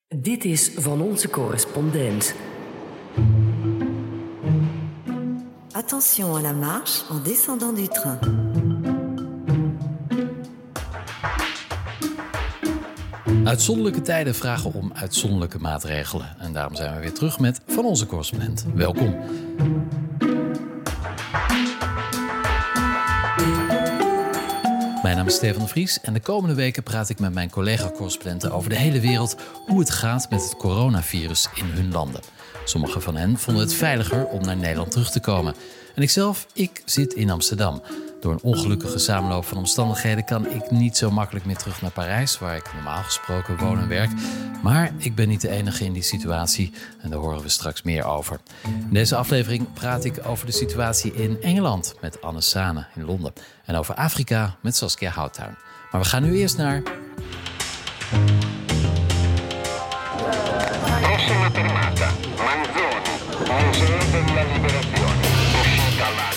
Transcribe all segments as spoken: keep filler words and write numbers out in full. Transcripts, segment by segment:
Dit is Van Onze Correspondent. Attention à la marche en descendant du train. Uitzonderlijke tijden vragen om uitzonderlijke maatregelen. En daarom zijn we weer terug met Van Onze Correspondent. Welkom. Mijn naam is Stefan de Vries en de komende weken praat ik met mijn collega-correspondenten over de hele wereld hoe het gaat met het coronavirus in hun landen. Sommigen van hen vonden het veiliger om naar Nederland terug te komen. En ikzelf, ik zit in Amsterdam. Door een ongelukkige samenloop van omstandigheden kan ik niet zo makkelijk meer terug naar Parijs, waar ik normaal gesproken woon en werk. Maar ik ben niet de enige in die situatie en daar horen we straks meer over. In deze aflevering praat ik over de situatie in Engeland met Anne Sane in Londen. En over Afrika met Saskia Houtuin. Maar we gaan nu eerst naar... Prossima fermata, Manzoni, Museo della Liberazione, uscita lato.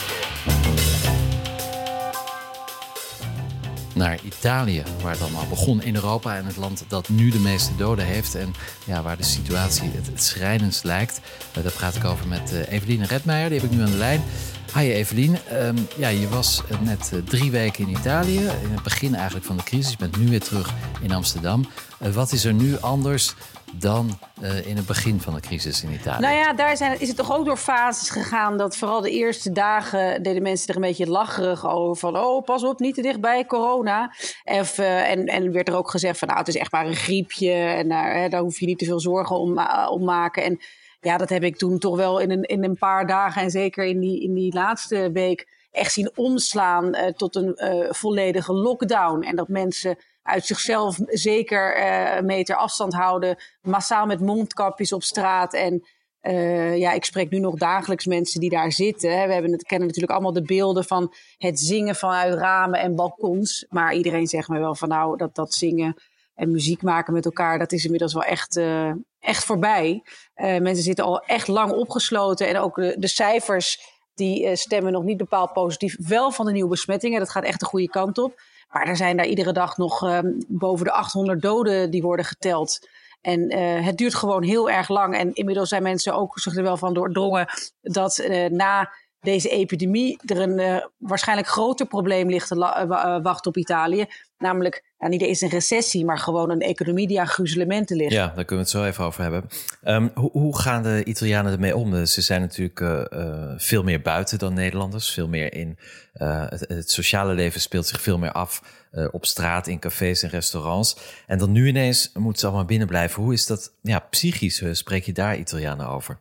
Naar Italië, waar het allemaal begon in Europa en het land dat nu de meeste doden heeft en ja, waar de situatie het, het schrijnendst lijkt. Uh, daar praat ik over met uh, Eveline Redmeijer, die heb ik nu aan de lijn. Hi Eveline, um, ja, je was net uh, drie weken in Italië, in het begin eigenlijk van de crisis. Je bent nu weer terug in Amsterdam. Uh, wat is er nu anders dan uh, in het begin van de crisis in Italië? Nou ja, daar zijn, is het toch ook door fases gegaan dat vooral de eerste dagen deden mensen er een beetje lacherig over. Van, oh, pas op, niet te dicht bij corona. En, uh, en, en werd er ook gezegd van, nou, het is echt maar een griepje. En daar, hè, daar hoef je niet te veel zorgen om, uh, om maken. En ja, dat heb ik toen toch wel in een, in een paar dagen en zeker in die, in die laatste week echt zien omslaan uh, tot een uh, volledige lockdown. En dat mensen uit zichzelf zeker uh, een meter afstand houden, massaal met mondkapjes op straat. En uh, ja, ik spreek nu nog dagelijks mensen die daar zitten. We hebben het, kennen natuurlijk allemaal de beelden van het zingen vanuit ramen en balkons. Maar iedereen zegt me wel van nou, dat, dat zingen en muziek maken met elkaar, dat is inmiddels wel echt, uh, echt voorbij. Uh, mensen zitten al echt lang opgesloten en ook de, de cijfers die uh, stemmen nog niet bepaald positief. Wel van de nieuwe besmettingen, dat gaat echt de goede kant op. Maar er zijn daar iedere dag nog um, boven de achthonderd doden die worden geteld. En uh, het duurt gewoon heel erg lang. En inmiddels zijn mensen ook zich er wel van doordrongen dat uh, na deze epidemie er een uh, waarschijnlijk groter probleem ligt te la- uh, wachten op Italië. Namelijk, nou, niet eens een recessie, maar gewoon een economie die aan gruzelementen ligt. Ja, daar kunnen we het zo even over hebben. Um, hoe, hoe gaan de Italianen ermee om? Ze zijn natuurlijk uh, uh, veel meer buiten dan Nederlanders. Veel meer in uh, het, het sociale leven speelt zich veel meer af uh, op straat, in cafés en restaurants. En dan nu ineens moeten ze allemaal binnen blijven. Hoe is dat ja, psychisch? Uh, spreek je daar Italianen over?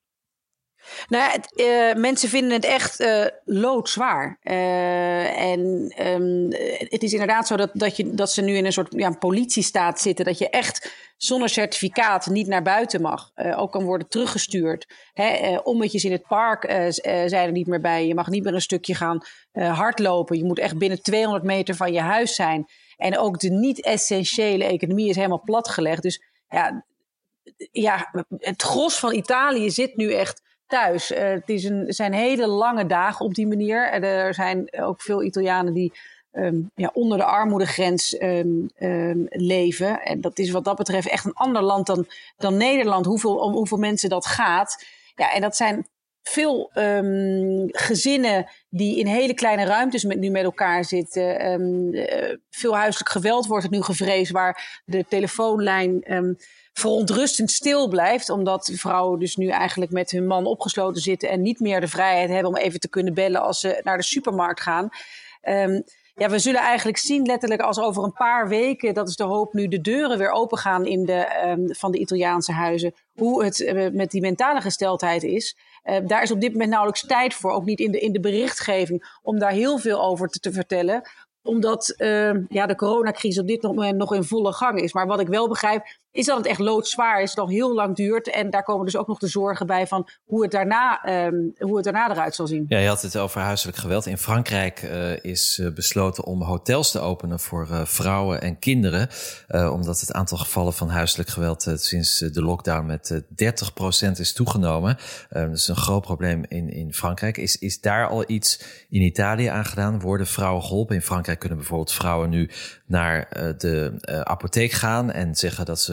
Nou, het, uh, mensen vinden het echt uh, loodzwaar. Uh, en um, het is inderdaad zo dat, dat, je, dat ze nu in een soort ja, politiestaat zitten. Dat je echt zonder certificaat niet naar buiten mag. Uh, ook kan worden teruggestuurd. Hè, uh, ommetjes in het park uh, zijn er niet meer bij. Je mag niet meer een stukje gaan uh, hardlopen. Je moet echt binnen tweehonderd meter van je huis zijn. En ook de niet-essentiële economie is helemaal platgelegd. Dus ja, ja, het gros van Italië zit nu echt thuis. Uh, het is een, zijn hele lange dagen op die manier. Er zijn ook veel Italianen die um, ja, onder de armoedegrens um, um, leven. En dat is wat dat betreft echt een ander land dan, dan Nederland. Hoeveel, om hoeveel mensen dat gaat. Ja, en dat zijn veel um, gezinnen die in hele kleine ruimtes met, nu met elkaar zitten. Um, uh, veel huiselijk geweld wordt er nu gevreesd, waar de telefoonlijn Um, verontrustend stil blijft, omdat vrouwen dus nu eigenlijk met hun man opgesloten zitten en niet meer de vrijheid hebben om even te kunnen bellen als ze naar de supermarkt gaan. Um, ja, we zullen eigenlijk zien letterlijk als over een paar weken, dat is de hoop nu, de deuren weer open gaan in de, um, van de Italiaanse huizen. Hoe het uh, met die mentale gesteldheid is. Uh, daar is op dit moment nauwelijks tijd voor, ook niet in de, in de berichtgeving, om daar heel veel over te, te vertellen. Omdat uh, ja, de coronacrisis op dit moment nog in volle gang is. Maar wat ik wel begrijp, is dat het echt loodzwaar is, nog heel lang duurt. En daar komen dus ook nog de zorgen bij van hoe het daarna, um, hoe het daarna eruit zal zien. Ja, je had het over huiselijk geweld. In Frankrijk uh, is uh, besloten om hotels te openen voor uh, vrouwen en kinderen. Uh, omdat het aantal gevallen van huiselijk geweld uh, sinds uh, de lockdown met uh, dertig procent is toegenomen. Uh, dat is een groot probleem in, in Frankrijk. Is, is daar al iets in Italië aan gedaan? Worden vrouwen geholpen? In Frankrijk kunnen bijvoorbeeld vrouwen nu naar uh, de uh, apotheek gaan en zeggen dat ze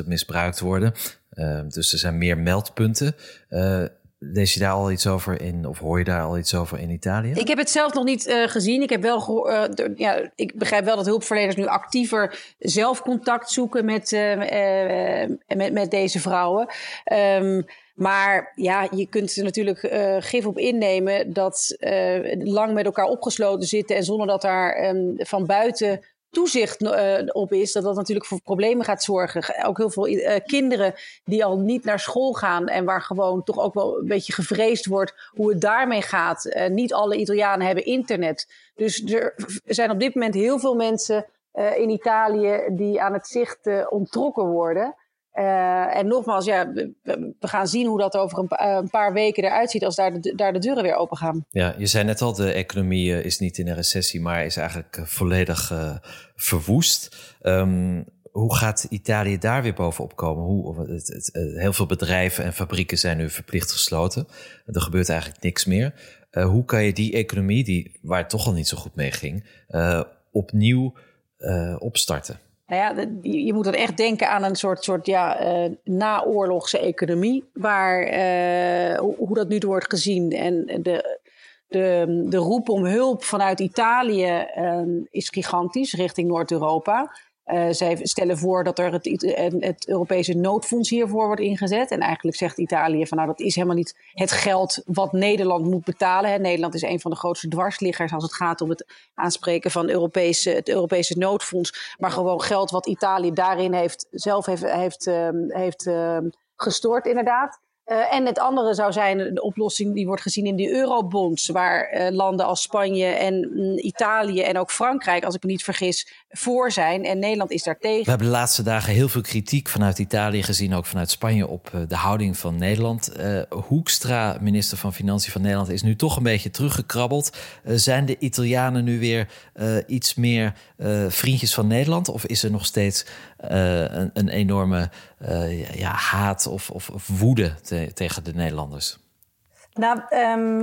misbruikt worden. Uh, dus er zijn meer meldpunten. Uh, lees je daar al iets over in, of hoor je daar al iets over in Italië? Ik heb het zelf nog niet uh, gezien. Ik heb wel geho- uh, de, ja, ik begrijp wel dat hulpverleners nu actiever zelf contact zoeken met, uh, uh, met, met deze vrouwen. Um, Maar ja, je kunt er natuurlijk uh, gif op innemen dat uh, lang met elkaar opgesloten zitten en zonder dat daar um, van buiten toezicht uh, op is, dat dat natuurlijk voor problemen gaat zorgen. Ook heel veel uh, kinderen die al niet naar school gaan en waar gewoon toch ook wel een beetje gevreesd wordt hoe het daarmee gaat. Uh, niet alle Italianen hebben internet. Dus er zijn op dit moment heel veel mensen uh, in Italië die aan het zicht uh, onttrokken worden. Uh, en nogmaals, ja, we, we gaan zien hoe dat over een, pa- een paar weken eruit ziet als daar de, daar de deuren weer open gaan. Ja, je zei net al, de economie uh, is niet in een recessie, maar is eigenlijk uh, volledig uh, verwoest. Um, hoe gaat Italië daar weer bovenop komen? Hoe, het, het, het, heel veel bedrijven en fabrieken zijn nu verplicht gesloten. Er gebeurt eigenlijk niks meer. Uh, hoe kan je die economie, die, waar het toch al niet zo goed mee ging, uh, opnieuw uh, opstarten? Nou ja, je moet dan echt denken aan een soort, soort ja, uh, naoorlogse economie, waar uh, hoe, hoe dat nu wordt gezien. En de, de, de roep om hulp vanuit Italië uh, is gigantisch richting Noord-Europa. Uh, zij stellen voor dat er het, het Europese noodfonds hiervoor wordt ingezet. En eigenlijk zegt Italië van nou, dat is helemaal niet het geld wat Nederland moet betalen. Hè. Nederland is een van de grootste dwarsliggers als het gaat om het aanspreken van Europese, het Europese noodfonds. Maar gewoon geld wat Italië daarin heeft, zelf heeft, heeft, uh, heeft uh, gestort inderdaad. Uh, en het andere zou zijn de oplossing die wordt gezien in die eurobonds, waar uh, landen als Spanje en mm, Italië en ook Frankrijk, als ik me niet vergis, voor zijn. En Nederland is daar tegen. We hebben de laatste dagen heel veel kritiek vanuit Italië gezien, ook vanuit Spanje, op uh, de houding van Nederland. Uh, Hoekstra, minister van Financiën van Nederland, is nu toch een beetje teruggekrabbeld. Uh, zijn de Italianen nu weer uh, iets meer uh, vriendjes van Nederland? Of is er nog steeds uh, een, een enorme uh, ja, haat of, of, of woede te, tegen de Nederlanders? Nou, um,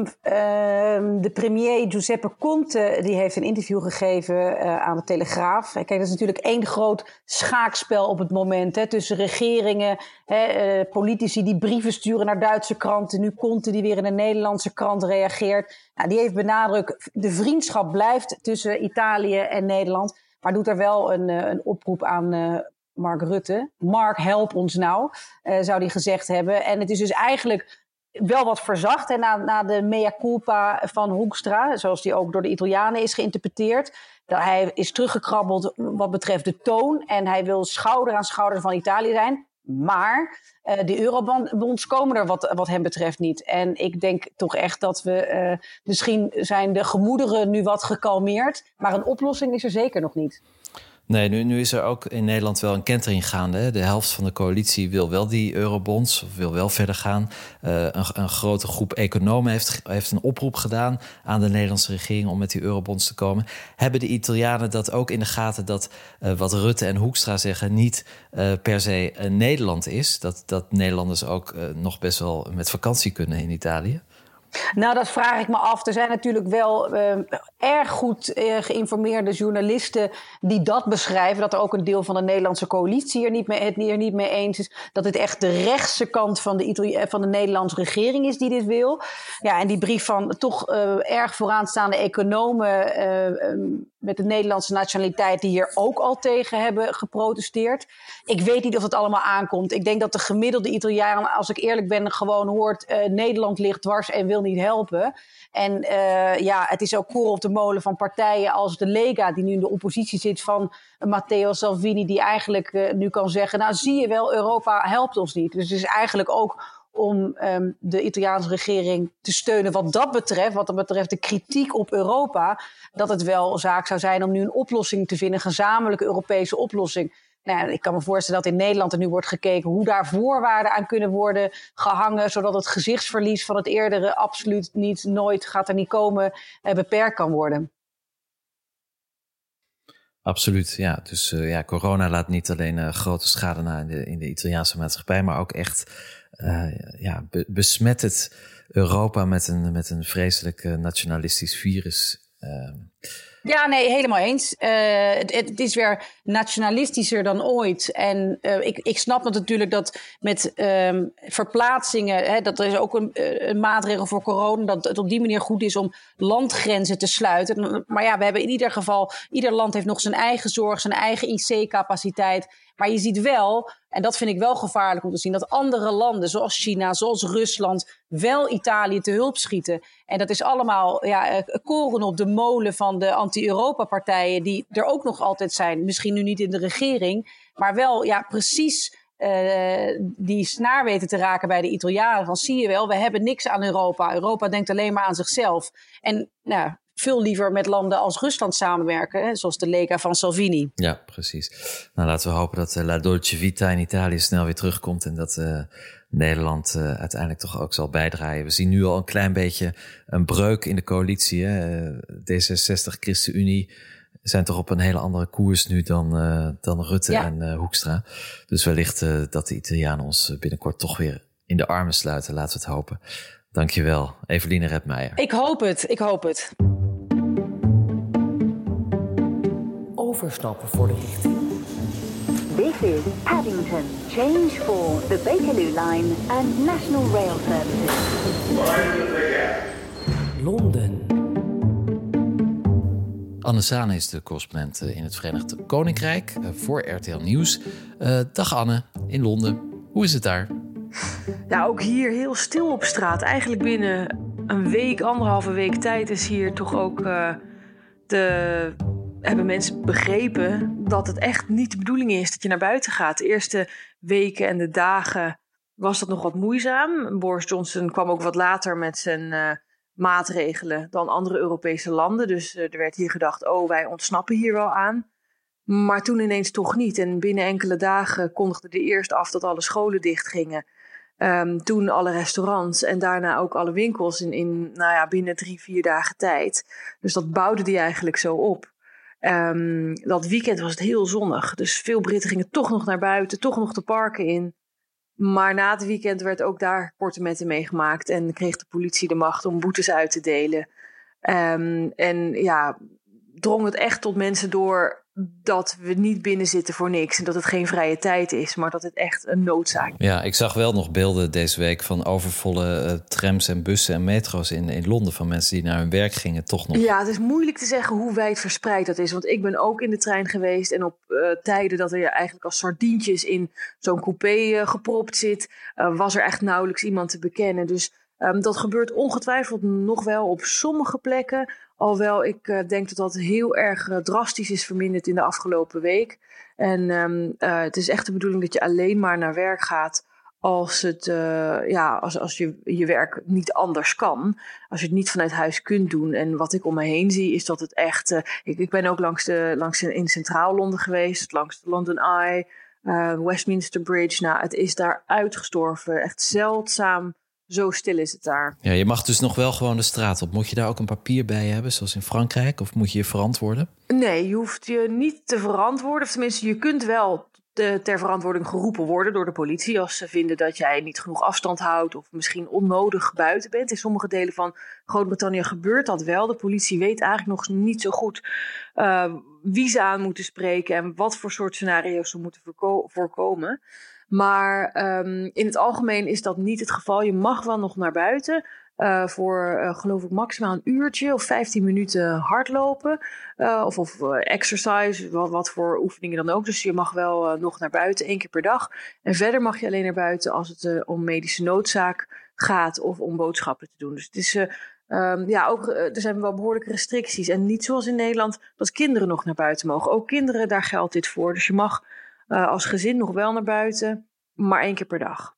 um, de premier Giuseppe Conte die heeft een interview gegeven uh, aan de Telegraaf. Kijk, dat is natuurlijk één groot schaakspel op het moment, hè, tussen regeringen, hè, uh, politici die brieven sturen naar Duitse kranten. Nu Conte die weer in een Nederlandse krant reageert. Nou, die heeft benadrukt, de vriendschap blijft tussen Italië en Nederland, maar doet er wel een, een oproep aan uh, Mark Rutte. Mark, help ons nou, uh, zou die gezegd hebben. En het is dus eigenlijk wel wat verzacht, hè, na, na de mea culpa van Hoekstra, zoals die ook door de Italianen is geïnterpreteerd. Dat hij is teruggekrabbeld wat betreft de toon en hij wil schouder aan schouder van Italië zijn. Maar uh, de eurobonds komen er wat, wat hem betreft niet. En ik denk toch echt dat we, uh, misschien zijn de gemoederen nu wat gekalmeerd, maar een oplossing is er zeker nog niet. Nee, nu, nu is er ook in Nederland wel een kentering gaande. Hè? De helft van de coalitie wil wel die eurobonds, of wil wel verder gaan. Uh, een, een grote groep economen heeft, heeft een oproep gedaan aan de Nederlandse regering om met die eurobonds te komen. Hebben de Italianen dat ook in de gaten, dat uh, wat Rutte en Hoekstra zeggen niet uh, per se uh, Nederland is? Dat, dat Nederlanders ook uh, nog best wel met vakantie kunnen in Italië? Nou, dat vraag ik me af. Er zijn natuurlijk wel uh, erg goed uh, geïnformeerde journalisten die dat beschrijven. Dat er ook een deel van de Nederlandse coalitie er niet mee, het er niet mee eens is. Dat het echt de rechtse kant van de, Itali- van de Nederlandse regering is die dit wil. Ja, en die brief van toch uh, erg vooraanstaande economen uh, um, met de Nederlandse nationaliteit die hier ook al tegen hebben geprotesteerd. Ik weet niet of het allemaal aankomt. Ik denk dat de gemiddelde Italiaan, als ik eerlijk ben, gewoon hoort uh, Nederland ligt dwars en wil niet helpen. En uh, ja, het is ook koren op de molen van partijen als de Lega, die nu in de oppositie zit, van Matteo Salvini, die eigenlijk uh, nu kan zeggen, nou zie je wel, Europa helpt ons niet. Dus het is eigenlijk ook om um, de Italiaanse regering te steunen wat dat betreft, wat dat betreft de kritiek op Europa, dat het wel zaak zou zijn om nu een oplossing te vinden, een gezamenlijke Europese oplossing. Nou ja, ik kan me voorstellen dat in Nederland er nu wordt gekeken hoe daar voorwaarden aan kunnen worden gehangen, zodat het gezichtsverlies van het eerdere absoluut niet, nooit gaat er niet komen, eh, beperkt kan worden. Absoluut, ja. Dus uh, ja, corona laat niet alleen uh, grote schade na in de, in de Italiaanse maatschappij, maar ook echt uh, ja, be- besmet het Europa met een, met een vreselijk uh, nationalistisch virus. Uh, Ja, nee, helemaal eens. Uh, het, het is weer nationalistischer dan ooit. En uh, ik, ik snap dat natuurlijk dat met um, verplaatsingen... Hè, dat er is ook een, een maatregel voor corona... dat het op die manier goed is om landgrenzen te sluiten. Maar ja, we hebben in ieder geval... ieder land heeft nog zijn eigen zorg, zijn eigen I C-capaciteit... Maar je ziet wel, en dat vind ik wel gevaarlijk om te zien... dat andere landen, zoals China, zoals Rusland... wel Italië te hulp schieten. En dat is allemaal ja, koren op de molen van de anti-Europa-partijen... die er ook nog altijd zijn. Misschien nu niet in de regering, maar wel ja, precies... Uh, die snaar weten te raken bij de Italianen. Van zie je wel, we hebben niks aan Europa. Europa denkt alleen maar aan zichzelf. En nou, veel liever met landen als Rusland samenwerken. Hè, zoals de Lega van Salvini. Ja, precies. Nou, laten we hopen dat uh, La Dolce Vita in Italië snel weer terugkomt. En dat uh, Nederland uh, uiteindelijk toch ook zal bijdraaien. We zien nu al een klein beetje een breuk in de coalitie. Hè. Uh, D zesenzestig, ChristenUnie... zijn toch op een hele andere koers nu dan, uh, dan Rutte ja. en uh, Hoekstra. Dus wellicht uh, dat de Italianen ons binnenkort toch weer in de armen sluiten. Laten we het hopen. Dankjewel, Eveline Redmeijer. Ik hoop het, ik hoop het. Overstappen voor de richting. This is Paddington. Change for the Bakerloo Line and National Rail Services. Londen. Anne Sane is de correspondent in het Verenigd Koninkrijk voor R T L Nieuws. Uh, dag Anne, in Londen. Hoe is het daar? Ja, ook hier heel stil op straat. Eigenlijk binnen een week, anderhalve week tijd is hier toch ook uh, de... hebben mensen begrepen dat het echt niet de bedoeling is dat je naar buiten gaat. De eerste weken en de dagen was dat nog wat moeizaam. Boris Johnson kwam ook wat later met zijn... Uh, maatregelen dan andere Europese landen. Dus uh, er werd hier gedacht, oh, wij ontsnappen hier wel aan. Maar toen ineens toch niet. En binnen enkele dagen kondigde de eerst af dat alle scholen dichtgingen. Um, toen alle restaurants en daarna ook alle winkels in, in nou ja, binnen drie, vier dagen tijd. Dus dat bouwde die eigenlijk zo op. Um, dat weekend was het heel zonnig. Dus veel Britten gingen toch nog naar buiten, toch nog de parken in. Maar na het weekend werd ook daar korte metten meegemaakt en kreeg de politie de macht om boetes uit te delen. Um, en ja, drong het echt tot mensen door dat we niet binnen zitten voor niks. En dat het geen vrije tijd is, maar dat het echt een noodzaak is. Ja, ik zag wel nog beelden deze week van overvolle uh, trams en bussen en metro's in, in Londen. Van mensen die naar hun werk gingen, toch nog. Ja, het is moeilijk te zeggen hoe wijd verspreid dat is. Want ik ben ook in de trein geweest en op uh, tijden dat er ja, eigenlijk als sardientjes in zo'n coupé uh, gepropt zit, Uh, was er echt nauwelijks iemand te bekennen. Dus um, dat gebeurt ongetwijfeld nog wel op sommige plekken. Alhoewel ik uh, denk dat dat heel erg uh, drastisch is verminderd in de afgelopen week. En um, uh, het is echt de bedoeling dat je alleen maar naar werk gaat als, het, uh, ja, als, als je je werk niet anders kan. Als je het niet vanuit huis kunt doen. En wat ik om me heen zie is dat het echt... Uh, ik, ik ben ook langs de, langs in Centraal Londen geweest. Langs de London Eye, uh, Westminster Bridge. Nou, het is daar uitgestorven. Echt zeldzaam. Zo stil is het daar. Ja, je mag dus nog wel gewoon de straat op. Moet je daar ook een papier bij hebben, zoals in Frankrijk? Of moet je je verantwoorden? Nee, je hoeft je niet te verantwoorden. Of tenminste, je kunt wel te, ter verantwoording geroepen worden door de politie als ze vinden dat jij niet genoeg afstand houdt of misschien onnodig buiten bent. In sommige delen van Groot-Brittannië gebeurt dat wel. De politie weet eigenlijk nog niet zo goed uh, wie ze aan moeten spreken en wat voor soort scenario's ze moeten voorko- voorkomen. Maar um, in het algemeen is dat niet het geval. Je mag wel nog naar buiten uh, voor, uh, geloof ik, maximaal een uurtje of vijftien minuten hardlopen. Uh, of of uh, exercise, wat, wat voor oefeningen dan ook. Dus je mag wel uh, nog naar buiten, één keer per dag. En verder mag je alleen naar buiten als het uh, om medische noodzaak gaat of om boodschappen te doen. Dus het is... Uh, Um, ja, ook, uh, er zijn wel behoorlijke restricties. En niet zoals in Nederland dat kinderen nog naar buiten mogen. Ook kinderen, daar geldt dit voor. Dus je mag uh, als gezin nog wel naar buiten, maar één keer per dag.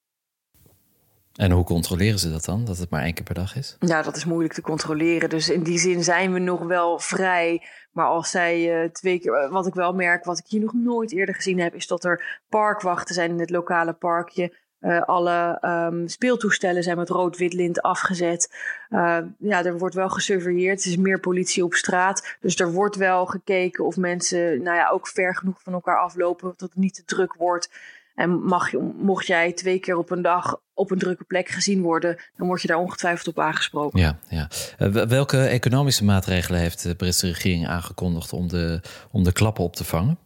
En hoe controleren ze dat dan, dat het maar één keer per dag is? Ja, dat is moeilijk te controleren. Dus in die zin zijn we nog wel vrij. Maar als zij uh, twee keer... Wat ik wel merk, wat ik hier nog nooit eerder gezien heb, is dat er parkwachten zijn in het lokale parkje. Uh, alle um, speeltoestellen zijn met rood-wit lint afgezet. Uh, ja, er wordt wel gesurveilleerd. Er is meer politie op straat. Dus er wordt wel gekeken of mensen nou ja, ook ver genoeg van elkaar aflopen, dat het niet te druk wordt. En mag je, mocht jij twee keer op een dag op een drukke plek gezien worden, dan word je daar ongetwijfeld op aangesproken. Ja, ja. Uh, welke economische maatregelen heeft de Britse regering aangekondigd om de, om de klappen op te vangen?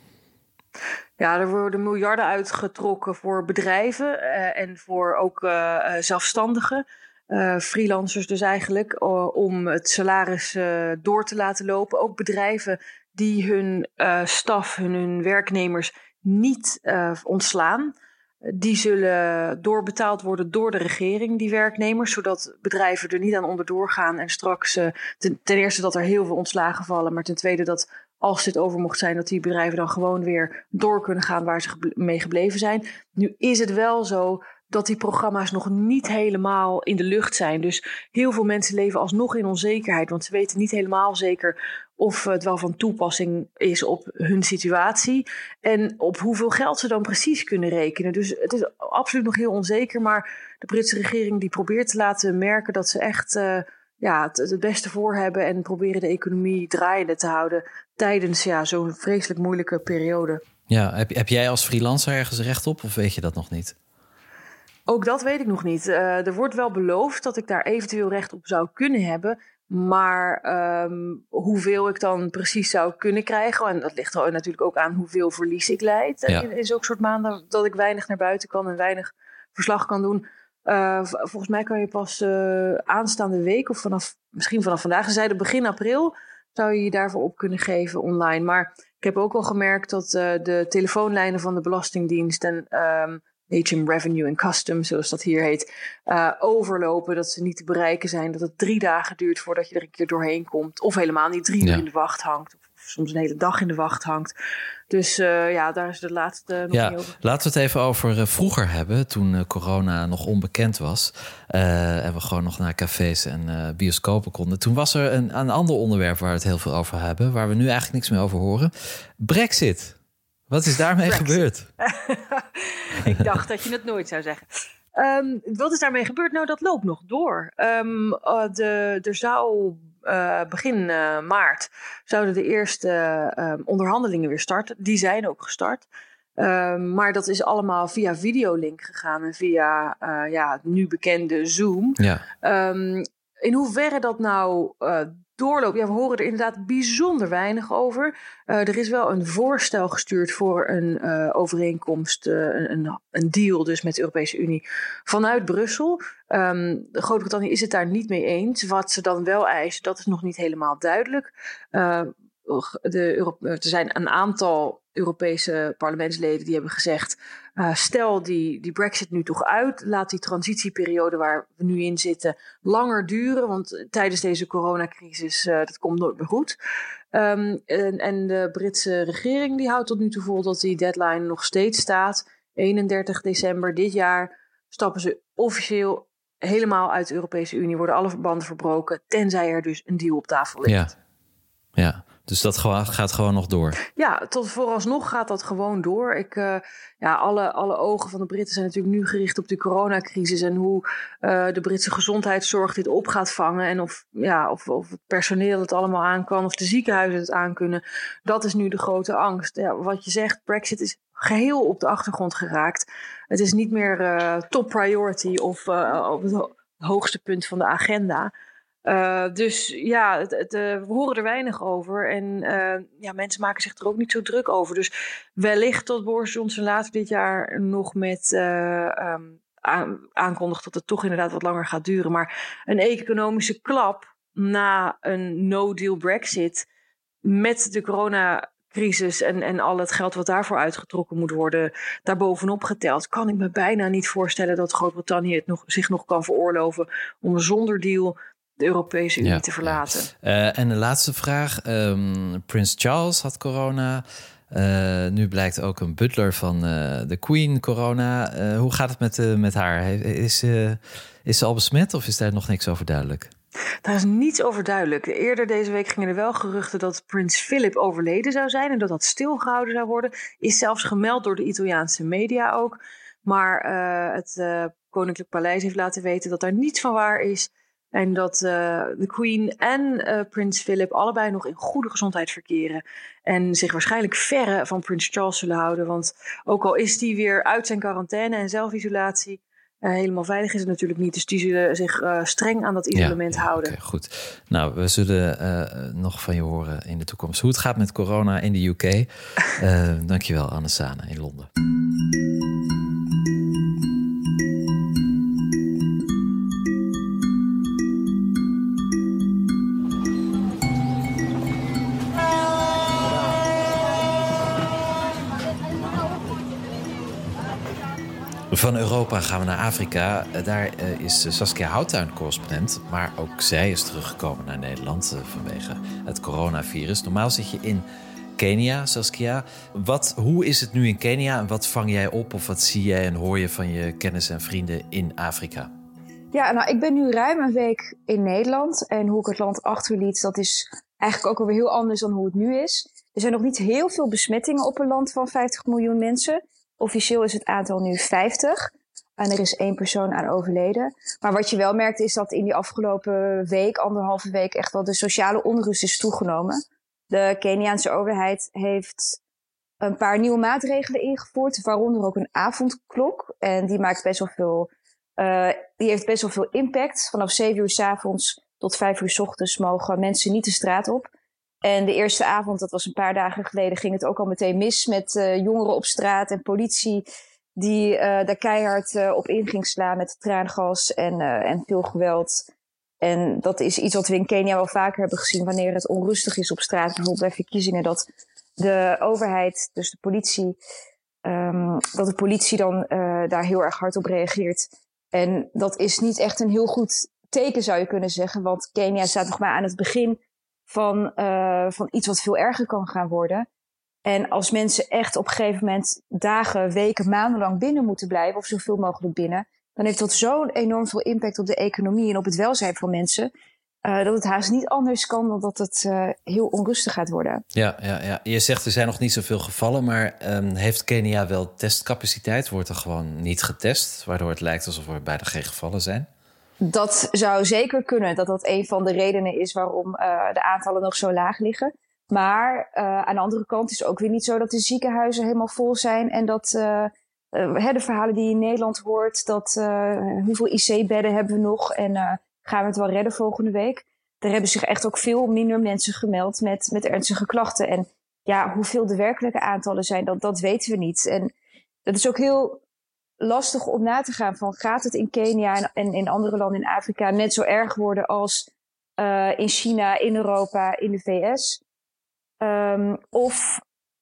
Ja, er worden miljarden uitgetrokken voor bedrijven uh, en voor ook uh, zelfstandigen. Uh, freelancers dus eigenlijk, uh, om het salaris uh, door te laten lopen. Ook bedrijven die hun uh, staf, hun, hun werknemers niet uh, ontslaan. Die zullen doorbetaald worden door de regering, die werknemers, zodat bedrijven er niet aan onderdoor gaan. En straks uh, ten, ten eerste dat er heel veel ontslagen vallen, maar ten tweede dat als dit over mocht zijn, dat die bedrijven dan gewoon weer door kunnen gaan waar ze geble- mee gebleven zijn. Nu is het wel zo dat die programma's nog niet helemaal in de lucht zijn. Dus heel veel mensen leven alsnog in onzekerheid, want ze weten niet helemaal zeker of het wel van toepassing is op hun situatie en op hoeveel geld ze dan precies kunnen rekenen. Dus het is absoluut nog heel onzeker, maar de Britse regering die probeert te laten merken dat ze echt uh, ja, het, het beste voor hebben en proberen de economie draaiende te houden tijdens ja, zo'n vreselijk moeilijke periode. Ja, heb, heb jij als freelancer ergens recht op of weet je dat nog niet? Ook dat weet ik nog niet. Uh, er wordt wel beloofd dat ik daar eventueel recht op zou kunnen hebben. Maar um, hoeveel ik dan precies zou kunnen krijgen, en dat ligt er natuurlijk ook aan hoeveel verlies ik leid. Ja. In, in zulke soort maanden dat ik weinig naar buiten kan en weinig verslag kan doen. Uh, volgens mij kan je pas uh, aanstaande week of vanaf misschien vanaf vandaag, ze zeiden begin april, zou je je daarvoor op kunnen geven online. Maar ik heb ook al gemerkt dat uh, de telefoonlijnen van de Belastingdienst en um, H M Revenue and Customs, zoals dat hier heet, uh, overlopen. Dat ze niet te bereiken zijn. Dat het drie dagen duurt voordat je er een keer doorheen komt. Of helemaal niet drie ja. uur in de wacht hangt. Of soms een hele dag in de wacht hangt. Dus uh, ja, daar is de laatste nog ja, niet over. Laten we het even over uh, vroeger hebben, toen uh, corona nog onbekend was. Uh, en we gewoon nog naar cafés en uh, bioscopen konden. Toen was er een, een ander onderwerp waar we het heel veel over hebben, waar we nu eigenlijk niks meer over horen. Brexit. Wat is daarmee Brexit. gebeurd? Ik dacht dat je het nooit zou zeggen. Um, wat is daarmee gebeurd? Nou, dat loopt nog door. Um, uh, de, er zou uh, begin uh, maart zouden de eerste uh, onderhandelingen weer starten. Die zijn ook gestart. Um, maar dat is allemaal via videolink gegaan en via uh, ja, het nu bekende Zoom. Ja. Um, in hoeverre dat nou uh, doorloopt, ja, we horen er inderdaad bijzonder weinig over. Uh, er is wel een voorstel gestuurd voor een uh, overeenkomst, uh, een, een deal dus met de Europese Unie vanuit Brussel. Um, Groot-Brittannië is het daar niet mee eens. Wat ze dan wel eisen, dat is nog niet helemaal duidelijk. Uh, de Euro- er zijn een aantal Europese parlementsleden die hebben gezegd, uh, stel die, die Brexit nu toch uit, laat die transitieperiode waar we nu in zitten langer duren, want tijdens deze coronacrisis, uh, dat komt nooit meer goed. Um, en, en de Britse regering die houdt tot nu toe vol dat die deadline nog steeds staat. eenendertig december dit jaar stappen ze officieel helemaal uit de Europese Unie, worden alle verbanden verbroken, tenzij er dus een deal op tafel ligt. Ja, ja. Dus dat gaat gewoon nog door? Ja, tot vooralsnog gaat dat gewoon door. Ik, uh, ja, alle, alle ogen van de Britten zijn natuurlijk nu gericht op de coronacrisis en hoe uh, de Britse gezondheidszorg dit op gaat vangen en of, ja, of, of het personeel het allemaal aan kan of de ziekenhuizen het aan kunnen. Dat is nu de grote angst. Ja, wat je zegt, Brexit is geheel op de achtergrond geraakt. Het is niet meer uh, top priority of uh, op het hoogste punt van de agenda. Uh, dus ja, het, het, uh, we horen er weinig over. En uh, ja, mensen maken zich er ook niet zo druk over. Dus wellicht dat Boris Johnson later dit jaar nog met uh, um, aan, aankondigt dat het toch inderdaad wat langer gaat duren. Maar een economische klap na een no-deal Brexit met de coronacrisis en, en al het geld wat daarvoor uitgetrokken moet worden, daarbovenop geteld, kan ik me bijna niet voorstellen dat Groot-Brittannië het nog, zich nog kan veroorloven om zonder deal de Europese Unie ja, te verlaten. Ja. Uh, en de laatste vraag. Um, Prins Charles had corona. Uh, nu blijkt ook een butler van uh, de Queen corona. Uh, hoe gaat het met, uh, met haar? Is, uh, is ze al besmet of is daar nog niks over duidelijk? Daar is niets over duidelijk. Eerder deze week gingen er wel geruchten dat prins Philip overleden zou zijn en dat dat stilgehouden zou worden. Is zelfs gemeld door de Italiaanse media ook. Maar uh, het uh, Koninklijk Paleis heeft laten weten dat daar niets van waar is. En dat uh, de Queen en uh, prins Philip allebei nog in goede gezondheid verkeren. En zich waarschijnlijk verre van prins Charles zullen houden. Want ook al is die weer uit zijn quarantaine en zelfisolatie, Uh, helemaal veilig is het natuurlijk niet. Dus die zullen zich uh, streng aan dat isolement ja, ja, houden. Oké, okay, goed. Nou, we zullen uh, nog van je horen in de toekomst. Hoe het gaat met corona in de U K. Uh, dankjewel, Anne Sane in Londen. Van Europa gaan we naar Afrika. Daar uh, is Saskia Houtuin correspondent. Maar ook zij is teruggekomen naar Nederland uh, vanwege het coronavirus. Normaal zit je in Kenia, Saskia. Wat, hoe is het nu in Kenia en wat vang jij op of wat zie jij en hoor je van je kennis en vrienden in Afrika? Ja, nou, ik ben nu ruim een week in Nederland. En hoe ik het land achterliet, dat is eigenlijk ook alweer heel anders dan hoe het nu is. Er zijn nog niet heel veel besmettingen op een land van vijftig miljoen mensen. Officieel is het aantal nu vijftig. En er is één persoon aan overleden. Maar wat je wel merkt is dat in die afgelopen week, anderhalve week, echt wel de sociale onrust is toegenomen. De Keniaanse overheid heeft een paar nieuwe maatregelen ingevoerd, waaronder ook een avondklok. En die maakt best wel veel, uh, die heeft best wel veel impact. Vanaf zeven uur 's avonds tot vijf uur 's ochtends mogen mensen niet de straat op. En de eerste avond, dat was een paar dagen geleden, ging het ook al meteen mis met uh, jongeren op straat en politie die uh, daar keihard uh, op in ging slaan met traangas en, uh, en veel geweld. En dat is iets wat we in Kenia wel vaker hebben gezien wanneer het onrustig is op straat. Bijvoorbeeld bij verkiezingen, dat de overheid, dus de politie, um, dat de politie dan uh, daar heel erg hard op reageert. En dat is niet echt een heel goed teken, zou je kunnen zeggen, want Kenia staat nog maar aan het begin van, uh, van iets wat veel erger kan gaan worden. En als mensen echt op een gegeven moment dagen, weken, maandenlang binnen moeten blijven, of zoveel mogelijk binnen, dan heeft dat zo'n enorm veel impact op de economie en op het welzijn van mensen, uh, dat het haast niet anders kan dan dat het uh, heel onrustig gaat worden. Ja, ja, ja, je zegt er zijn nog niet zoveel gevallen, maar um, heeft Kenia wel testcapaciteit? Wordt er gewoon niet getest, waardoor het lijkt alsof er bijna geen gevallen zijn? Dat zou zeker kunnen, dat dat een van de redenen is waarom uh, de aantallen nog zo laag liggen. Maar uh, aan de andere kant is het ook weer niet zo dat de ziekenhuizen helemaal vol zijn en dat uh, uh, de verhalen die je in Nederland hoort, dat uh, hoeveel I C-bedden hebben we nog en uh, gaan we het wel redden volgende week. Er hebben zich echt ook veel minder mensen gemeld met, met ernstige klachten. En ja, hoeveel de werkelijke aantallen zijn, dat, dat weten we niet. En dat is ook heel lastig om na te gaan van, gaat het in Kenia en, en in andere landen in Afrika net zo erg worden als uh, in China, in Europa, in de V S? Um, of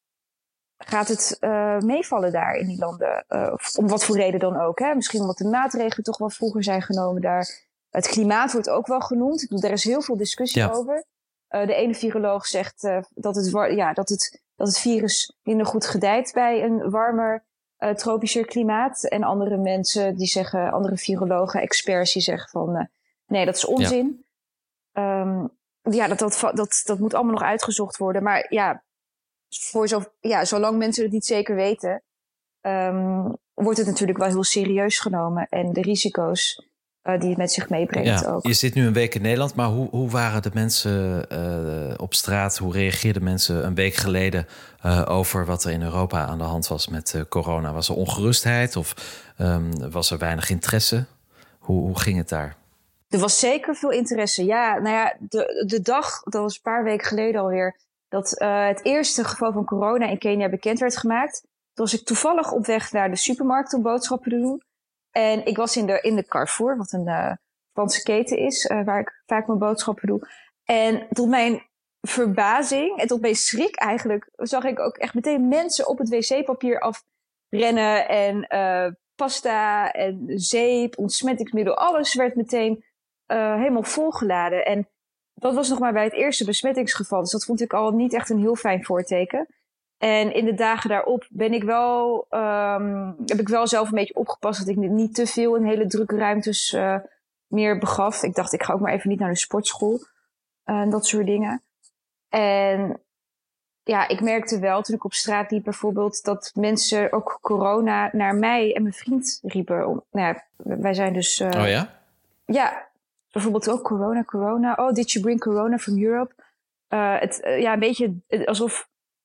gaat het uh, meevallen daar in die landen? Uh, om wat voor reden dan ook. Hè? Misschien omdat de maatregelen toch wel vroeger zijn genomen daar. Het klimaat wordt ook wel genoemd. Ik bedoel, daar is heel veel discussie ja. over. Uh, de ene viroloog zegt uh, dat, het war- ja, dat, het, dat het virus minder goed gedijt bij een warmer, uh, tropischer klimaat. En andere mensen die zeggen, andere virologen, experts die zeggen van uh, nee, dat is onzin. Ja. Um, Ja, dat, dat, dat, dat moet allemaal nog uitgezocht worden. Maar ja, voor zo, ja zolang mensen het niet zeker weten, um, wordt het natuurlijk wel heel serieus genomen. En de risico's uh, die het met zich meebrengt ja, ook. Je zit nu een week in Nederland, maar hoe, hoe waren de mensen uh, op straat? Hoe reageerden mensen een week geleden uh, over wat er in Europa aan de hand was met uh, corona? Was er ongerustheid of um, was er weinig interesse? Hoe, hoe ging het daar? Er was zeker veel interesse. Ja, nou ja, de, de dag, dat was een paar weken geleden alweer, dat uh, het eerste geval van corona in Kenia bekend werd gemaakt. Toen was ik toevallig op weg naar de supermarkt om boodschappen te doen. En ik was in de, in de Carrefour, wat een uh, Franse keten is, uh, waar ik vaak mijn boodschappen doe. En tot mijn verbazing en tot mijn schrik eigenlijk, zag ik ook echt meteen mensen op het wc-papier afrennen en uh, pasta en zeep, ontsmettingsmiddel, alles werd meteen Uh, helemaal volgeladen. En dat was nog maar bij het eerste besmettingsgeval. Dus dat vond ik al niet echt een heel fijn voorteken. En in de dagen daarop ben ik wel, um, heb ik wel zelf een beetje opgepast dat ik niet te veel in hele drukke ruimtes uh, meer begaf. Ik dacht, ik ga ook maar even niet naar de sportschool. Uh, en dat soort dingen. En ja, ik merkte wel toen ik op straat liep bijvoorbeeld dat mensen ook corona naar mij en mijn vriend riepen. Om, nou ja, wij zijn dus... Uh, oh ja? Ja, bijvoorbeeld ook corona, corona. Oh, did you bring corona from Europe? Uh, het, uh, ja, een beetje alsof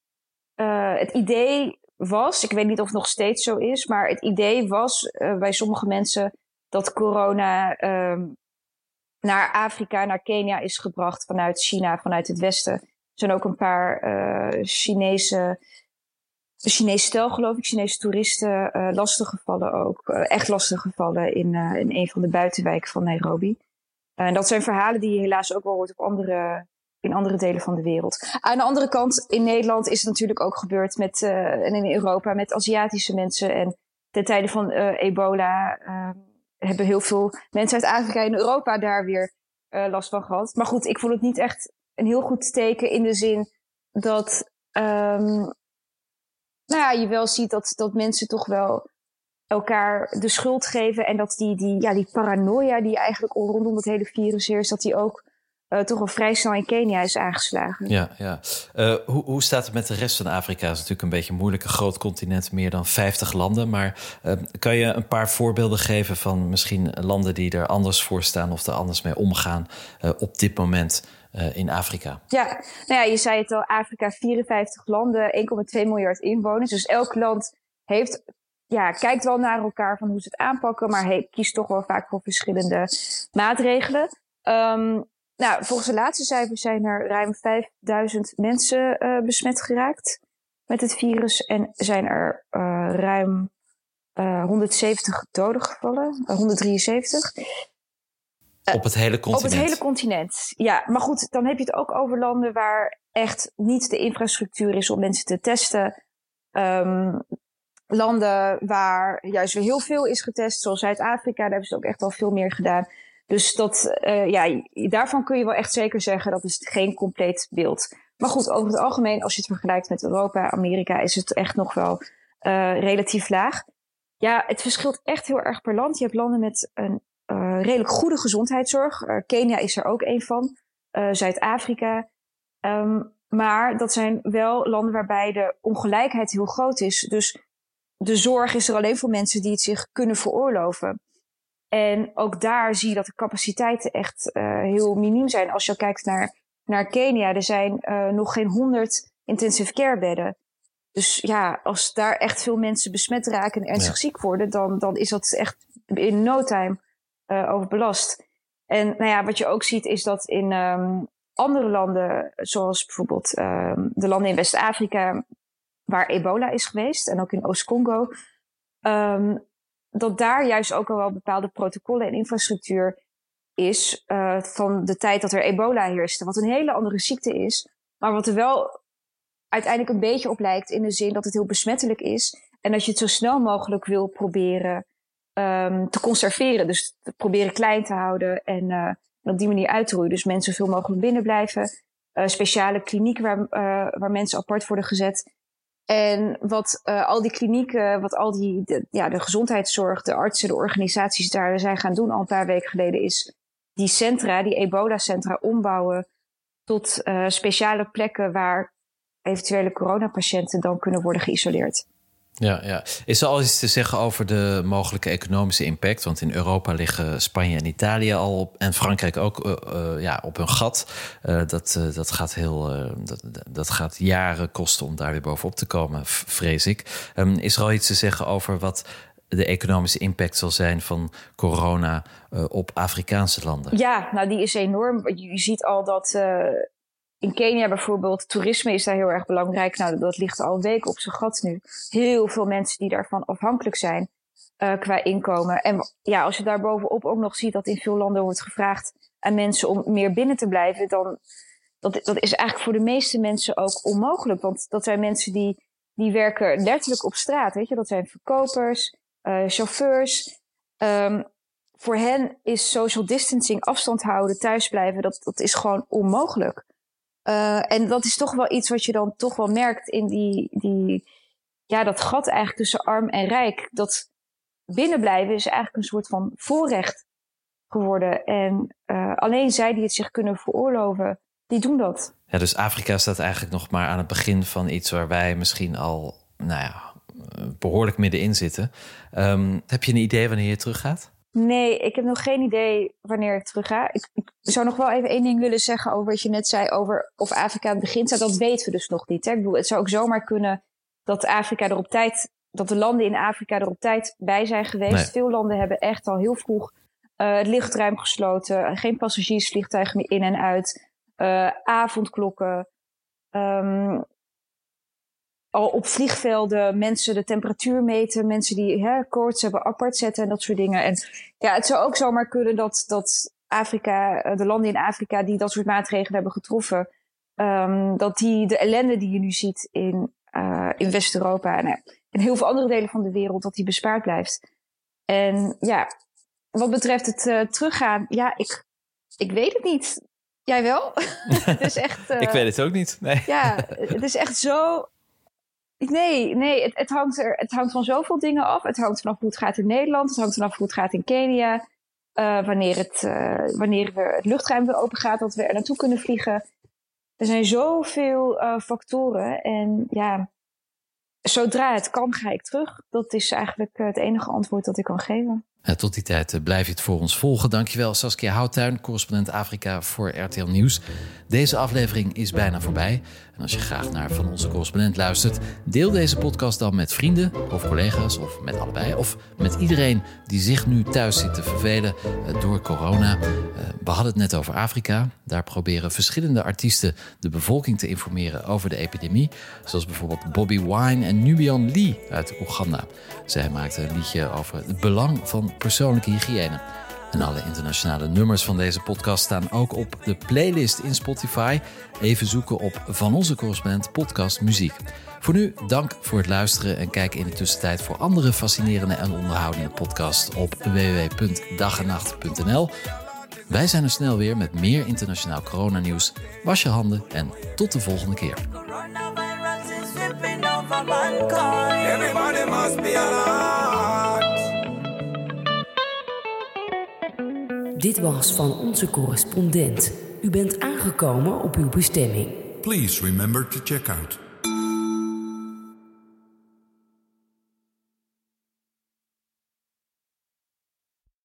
uh, het idee was, ik weet niet of het nog steeds zo is, maar het idee was uh, bij sommige mensen dat corona um, naar Afrika, naar Kenia is gebracht vanuit China, vanuit het Westen. Er zijn ook een paar uh, Chinese, Chinese stel, geloof ik, Chinese toeristen uh, lastig gevallen ook. Uh, echt lastig gevallen in, uh, in een van de buitenwijken van Nairobi. En uh, dat zijn verhalen die je helaas ook wel hoort op andere, in andere delen van de wereld. Aan de andere kant, in Nederland is het natuurlijk ook gebeurd met, uh, en in Europa met Aziatische mensen. En ten tijde van uh, ebola uh, hebben heel veel mensen uit Afrika en Europa daar weer uh, last van gehad. Maar goed, ik vond het niet echt een heel goed teken in de zin dat um, nou ja, je wel ziet dat, dat mensen toch wel elkaar de schuld geven. En dat die, die, ja, die paranoia die eigenlijk rondom het hele virus heerst, dat die ook uh, toch al vrij snel in Kenia is aangeslagen. Ja, ja. Uh, hoe, hoe staat het met de rest van Afrika? Dat is natuurlijk een beetje moeilijk, een groot continent, meer dan vijftig landen. Maar uh, kan je een paar voorbeelden geven van misschien landen die er anders voor staan of er anders mee omgaan uh, op dit moment uh, in Afrika? Ja, nou ja, je zei het al, Afrika, vierenvijftig landen, één komma twee miljard inwoners. Dus elk land heeft, ja, kijkt wel naar elkaar van hoe ze het aanpakken, maar he, kiest toch wel vaak voor verschillende maatregelen. Um, nou, volgens de laatste cijfers zijn er ruim vijfduizend mensen uh, besmet geraakt met het virus en zijn er uh, ruim uh, honderdzeventig doden gevallen, uh, honderddrieënzeventig. Op het hele continent? Op het hele continent, ja. Maar goed, dan heb je het ook over landen waar echt niet de infrastructuur is om mensen te testen. Um, landen waar juist weer heel veel is getest, zoals Zuid-Afrika, daar hebben ze ook echt wel veel meer gedaan. Dus dat, uh, ja, daarvan kun je wel echt zeker zeggen, dat is geen compleet beeld. Maar goed, over het algemeen, als je het vergelijkt met Europa, Amerika, is het echt nog wel uh, relatief laag. Ja, het verschilt echt heel erg per land. Je hebt landen met een uh, redelijk goede gezondheidszorg. Uh, Kenia is er ook een van. Uh, Zuid-Afrika. Um, maar dat zijn wel landen waarbij de ongelijkheid heel groot is. Dus de zorg is er alleen voor mensen die het zich kunnen veroorloven. En ook daar zie je dat de capaciteiten echt uh, heel miniem zijn. Als je kijkt naar, naar Kenia, er zijn uh, nog geen honderd intensive care bedden. Dus ja, als daar echt veel mensen besmet raken en ernstig ja. ziek worden, dan, dan is dat echt in no time uh, overbelast. En nou ja, wat je ook ziet is dat in um, andere landen, zoals bijvoorbeeld um, de landen in West-Afrika, waar ebola is geweest, en ook in Oost-Congo, um, dat daar juist ook al wel bepaalde protocollen en infrastructuur is uh, van de tijd dat er ebola heerste. Wat een hele andere ziekte is, maar wat er wel uiteindelijk een beetje op lijkt in de zin dat het heel besmettelijk is. En dat je het zo snel mogelijk wil proberen um, te conserveren. Dus te proberen klein te houden en uh, op die manier uit te roeien. Dus mensen zoveel mogelijk binnen blijven. Uh, speciale klinieken waar, uh, waar mensen apart worden gezet. En wat uh, al die klinieken, wat al die, de, ja, de gezondheidszorg, de artsen, de organisaties daar zijn gaan doen al een paar weken geleden, is die centra, die ebola-centra ombouwen tot uh, speciale plekken waar eventuele coronapatiënten dan kunnen worden geïsoleerd. Ja, ja. Is er al iets te zeggen over de mogelijke economische impact? Want in Europa liggen Spanje en Italië al op, en Frankrijk ook uh, uh, ja, op hun gat. Uh, dat, uh, dat, gaat heel, uh, dat, dat gaat jaren kosten om daar weer bovenop te komen, vrees ik. Um, is er al iets te zeggen over wat de economische impact zal zijn van corona uh, op Afrikaanse landen? Ja, nou die is enorm. Je, je ziet al dat Uh, in Kenia bijvoorbeeld, toerisme is daar heel erg belangrijk. Nou, dat ligt al een week op zijn gat nu. Heel veel mensen die daarvan afhankelijk zijn uh, qua inkomen. En ja, als je daar bovenop ook nog ziet dat in veel landen wordt gevraagd aan mensen om meer binnen te blijven, dan dat, dat is eigenlijk voor de meeste mensen ook onmogelijk. Want dat zijn mensen die, die werken letterlijk op straat. Weet je? Dat zijn verkopers, uh, chauffeurs. Um, voor hen is social distancing, afstand houden, thuisblijven, dat, dat is gewoon onmogelijk. Uh, en dat is toch wel iets wat je dan toch wel merkt in die, die, ja, dat gat eigenlijk tussen arm en rijk. Dat binnenblijven is eigenlijk een soort van voorrecht geworden. En uh, alleen zij die het zich kunnen veroorloven, die doen dat. Ja, dus Afrika staat eigenlijk nog maar aan het begin van iets waar wij misschien al, nou ja, behoorlijk middenin zitten. Um, heb je een idee wanneer je teruggaat? Nee, ik heb nog geen idee wanneer ik terug ga. Ik, ik zou nog wel even één ding willen zeggen over wat je net zei over of Afrika aan het begin staat. Dat weten we dus nog niet. Hè? Ik bedoel, het zou ook zomaar kunnen dat Afrika er op tijd dat de landen in Afrika er op tijd bij zijn geweest. Nee. Veel landen hebben echt al heel vroeg uh, het luchtruim gesloten. Geen passagiersvliegtuigen meer in en uit. Uh, avondklokken. Um, al op vliegvelden mensen de temperatuur meten. Mensen die hè, koorts hebben apart zetten en dat soort dingen. En ja, het zou ook zomaar kunnen dat, dat Afrika, de landen in Afrika die dat soort maatregelen hebben getroffen, um, dat die de ellende die je nu ziet in, uh, in West-Europa en in heel veel andere delen van de wereld, dat die bespaard blijft. En ja, wat betreft het uh, teruggaan, ja, ik, ik weet het niet. Jij wel? Het is echt, uh, ik weet het ook niet. Nee. Ja, het is echt zo. Nee, nee, het, het, hangt er, het hangt van zoveel dingen af. Het hangt vanaf hoe het gaat in Nederland. Het hangt vanaf hoe het gaat in Kenia. Uh, wanneer, het, uh, wanneer we het luchtruim weer open gaat, dat we er naartoe kunnen vliegen. Er zijn zoveel uh, factoren. En ja, zodra het kan, ga ik terug. Dat is eigenlijk uh, het enige antwoord dat ik kan geven. Ja, tot die tijd uh, blijf je het voor ons volgen. Dankjewel Saskia Houttuin, correspondent Afrika voor R T L Nieuws. Deze aflevering is bijna voorbij. En als je graag naar Van Onze Correspondent luistert, deel deze podcast dan met vrienden of collega's of met allebei. Of met iedereen die zich nu thuis zit te vervelen uh, door corona. Uh, we hadden het net over Afrika. Daar proberen verschillende artiesten de bevolking te informeren over de epidemie. Zoals bijvoorbeeld Bobby Wine en Nubian Lee uit Oeganda. Zij maakten een liedje over het belang van persoonlijke hygiëne. En alle internationale nummers van deze podcast staan ook op de playlist in Spotify. Even zoeken op Van Onze Correspondent podcast muziek. Voor nu, dank voor het luisteren en kijk in de tussentijd voor andere fascinerende en onderhoudende podcasts op w w w punt dag en nacht punt n l. Wij zijn er snel weer met meer internationaal coronanieuws. Was je handen en tot de volgende keer. Everybody must be alert. Dit was Van Onze Correspondent. U bent aangekomen op uw bestemming. Please remember to check out